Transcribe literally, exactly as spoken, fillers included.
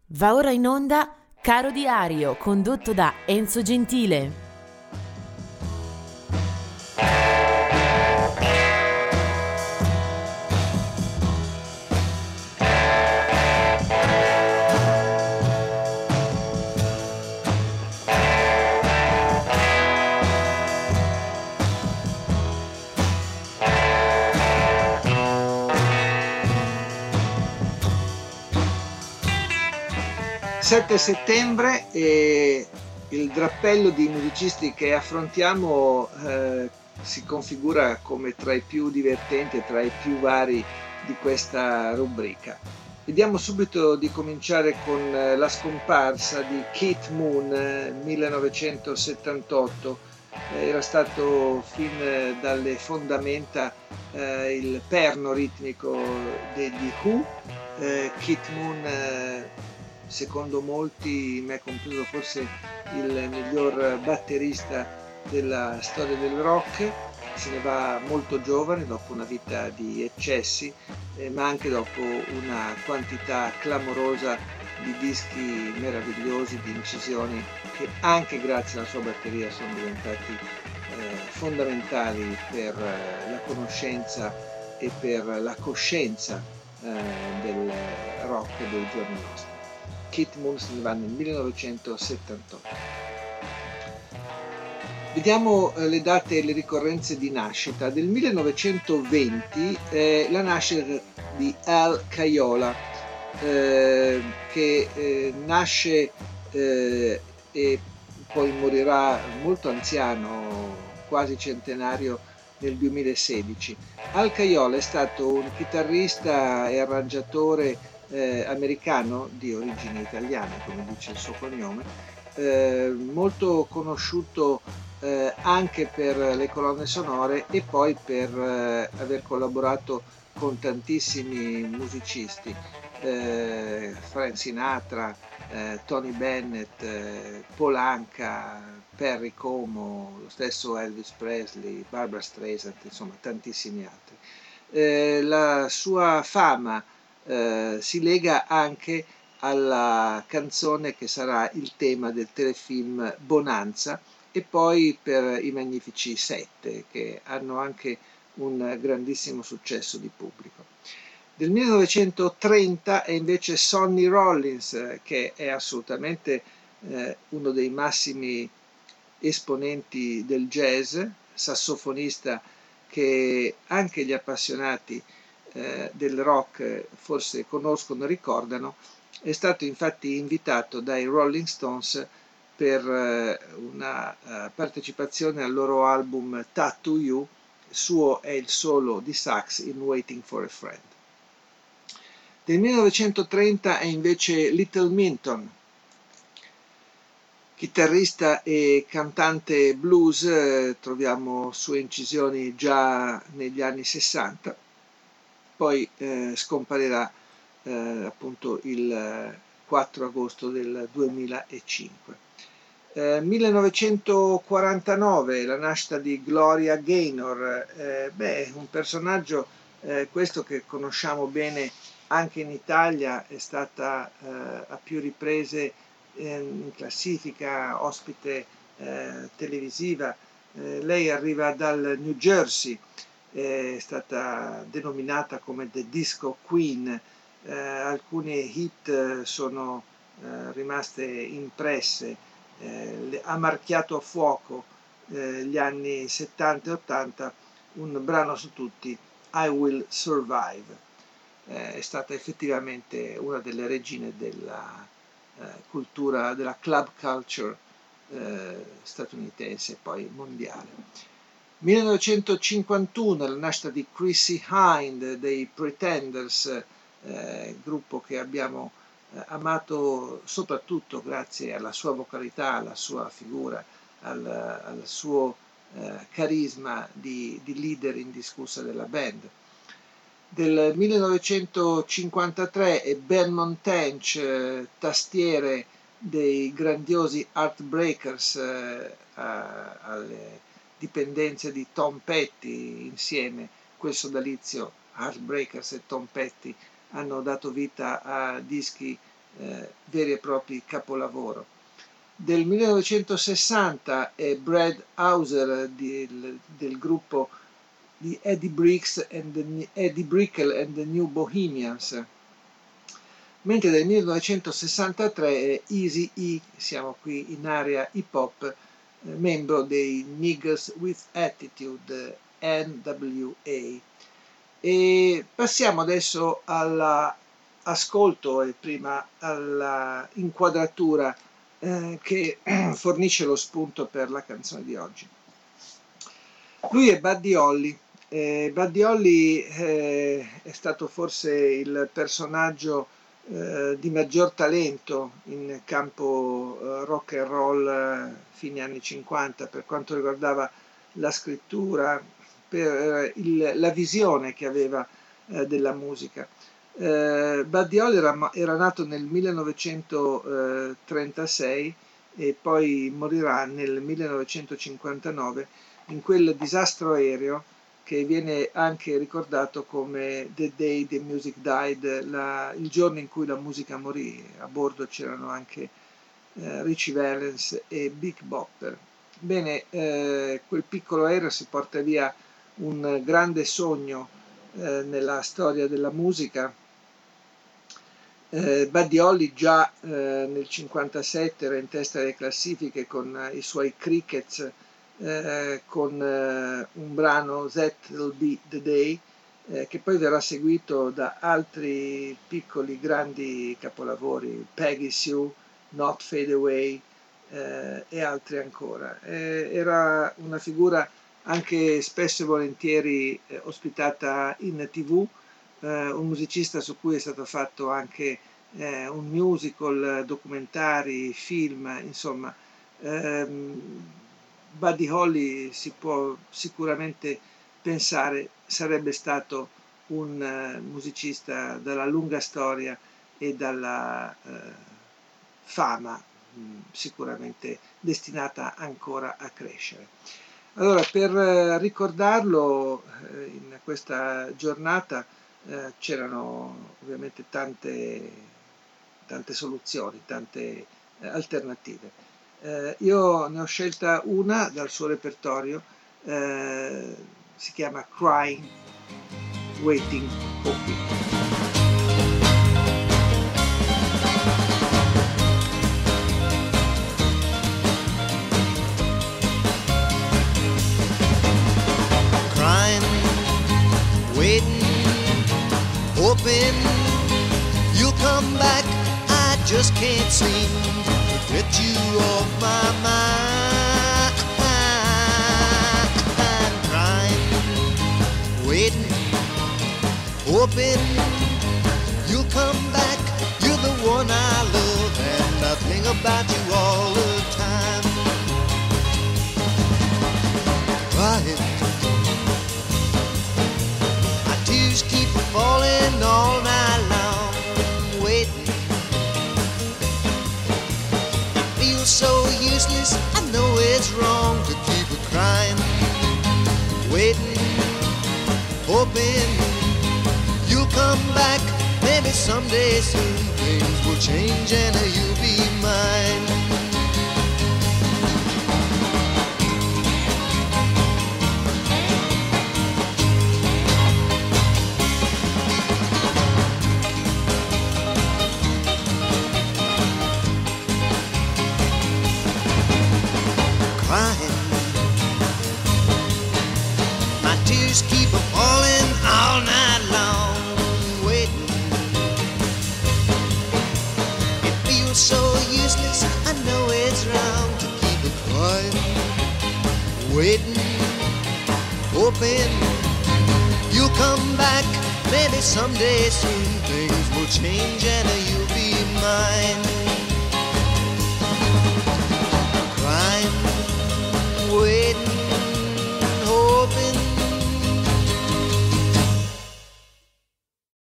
Va ora in onda Caro Diario, condotto da Enzo Gentile. sette settembre e il drappello di musicisti che affrontiamo eh, si configura come tra i più divertenti e tra i più vari di questa rubrica. Vediamo subito di cominciare con eh, la scomparsa di Keith Moon, eh, millenovecentosettantotto. Eh, era stato fin eh, dalle fondamenta eh, il perno ritmico degli Who. eh, Keith Moon eh, secondo molti, me compreso, forse il miglior batterista della storia del rock. Se ne va molto giovane dopo una vita di eccessi, eh, ma anche dopo una quantità clamorosa di dischi meravigliosi, di incisioni che anche grazie alla sua batteria sono diventati eh, fondamentali per eh, la conoscenza e per la coscienza eh, del rock dei giorni nostri. Keith Moon se ne va nel millenovecentosettantotto. Vediamo eh, le date e le ricorrenze di nascita. Del millenovecentoventi eh, la nascita di Al Caiola, eh, che eh, nasce eh, e poi morirà molto anziano, quasi centenario, nel duemilasedici. Al Caiola è stato un chitarrista e arrangiatore eh, americano di origini italiane, come dice il suo cognome, eh, molto conosciuto eh, anche per le colonne sonore e poi per eh, aver collaborato con tantissimi musicisti, eh, Frank Sinatra, eh, Tony Bennett, eh, Paul Anka, Perry Como, lo stesso Elvis Presley, Barbra Streisand, insomma tantissimi altri. Eh, la sua fama eh, si lega anche alla canzone che sarà il tema del telefilm Bonanza e poi per i Magnifici Sette, che hanno anche un grandissimo successo di pubblico. Del millenovecentotrenta è invece Sonny Rollins, che è assolutamente eh, uno dei massimi esponenti del jazz, sassofonista che anche gli appassionati eh, del rock forse conoscono e ricordano. È stato infatti invitato dai Rolling Stones per eh, una uh, partecipazione al loro album Tattoo You. Suo è il solo di sax in Waiting for a Friend. Del millenovecentotrenta è invece Little Minton, chitarrista e cantante blues. Eh, troviamo sue incisioni già negli anni sessanta, poi eh, scomparirà eh, appunto il quattro agosto del duemilacinque. Eh, millenovecentoquarantanove, la nascita di Gloria Gaynor, eh, beh, un personaggio eh, questo che conosciamo bene anche in Italia, è stata eh, a più riprese eh, in classifica, ospite eh, televisiva. Eh, lei arriva dal New Jersey, è stata denominata come The Disco Queen. Eh, alcune hit sono eh, rimaste impresse. Eh, ha marchiato a fuoco eh, gli anni settanta e ottanta, un brano su tutti, I Will Survive. Eh, è stata effettivamente una delle regine della eh, cultura, della club culture eh, statunitense e poi mondiale. millenovecentocinquantuno, la nascita di Chrissie Hynde dei Pretenders, eh, gruppo che abbiamo eh, amato soprattutto grazie alla sua vocalità, alla sua figura, al, al suo eh, carisma di, di leader indiscussa della band. Del millenovecentocinquantatré è Belmont Tench, eh, tastiere dei grandiosi Heartbreakers, eh, a, alle dipendenze di Tom Petty. Insieme quel sodalizio Heartbreakers e Tom Petty hanno dato vita a dischi eh, veri e propri capolavoro. Del millenovecentosessanta è Brad Hauser del, del gruppo di Eddie, Bricks and the, Eddie Brickell and the New Bohemians, mentre del millenovecentosessantatré è Eazy-E, siamo qui in area hip hop, eh, membro dei Niggas with Attitude, N W A. E passiamo adesso all'ascolto e prima alla inquadratura eh, che fornisce lo spunto per la canzone di oggi. Lui è Buddy Holly. Eh, Buddy Holly eh, è stato forse il personaggio eh, di maggior talento in campo eh, rock and roll eh, fine anni cinquanta per quanto riguardava la scrittura, per il, la visione che aveva eh, della musica. Eh, Buddy Holly era, era nato nel millenovecentotrentasei e poi morirà nel millenovecentocinquantanove in quel disastro aereo che viene anche ricordato come The Day the Music Died, la, il giorno in cui la musica morì. A bordo c'erano anche eh, Richie Valens e Big Bopper. Bene, eh, quel piccolo aereo si porta via un grande sogno eh, nella storia della musica. Eh, Buddy Holly già eh, nel cinquantasette era in testa alle classifiche con eh, i suoi Crickets, eh, con eh, un brano That'll Be the Day, eh, che poi verrà seguito da altri piccoli grandi capolavori, Peggy Sue, Not Fade Away eh, e altri ancora. Eh, era una figura anche spesso e volentieri eh, ospitata in tv, eh, un musicista su cui è stato fatto anche eh, un musical, documentari, film, insomma. Ehm, Buddy Holly si può sicuramente pensare sarebbe stato un uh, musicista dalla lunga storia e dalla uh, fama mh, sicuramente destinata ancora a crescere. Allora, per uh, ricordarlo uh, in questa giornata uh, c'erano ovviamente tante, tante soluzioni, tante uh, alternative. Eh, io ne ho scelta una dal suo repertorio, eh, si chiama Crying, Waiting, Hoping. Crying, waiting, hoping you'll come back. I just can't seem get you off my mind. I'm crying, waiting, hoping you'll come back. You're the one I love, and I think about you all the time. Crying, my tears keep falling all night long. Waiting, so useless, I know it's wrong to keep it crying, waiting, hoping you'll come back. Maybe someday soon things will change and you'll be mine. Crying, my tears keep falling all night long. Waiting, it feels so useless, I know it's wrong to keep it crying, waiting, hoping you'll come back. Maybe someday soon things will change and you'll be mine.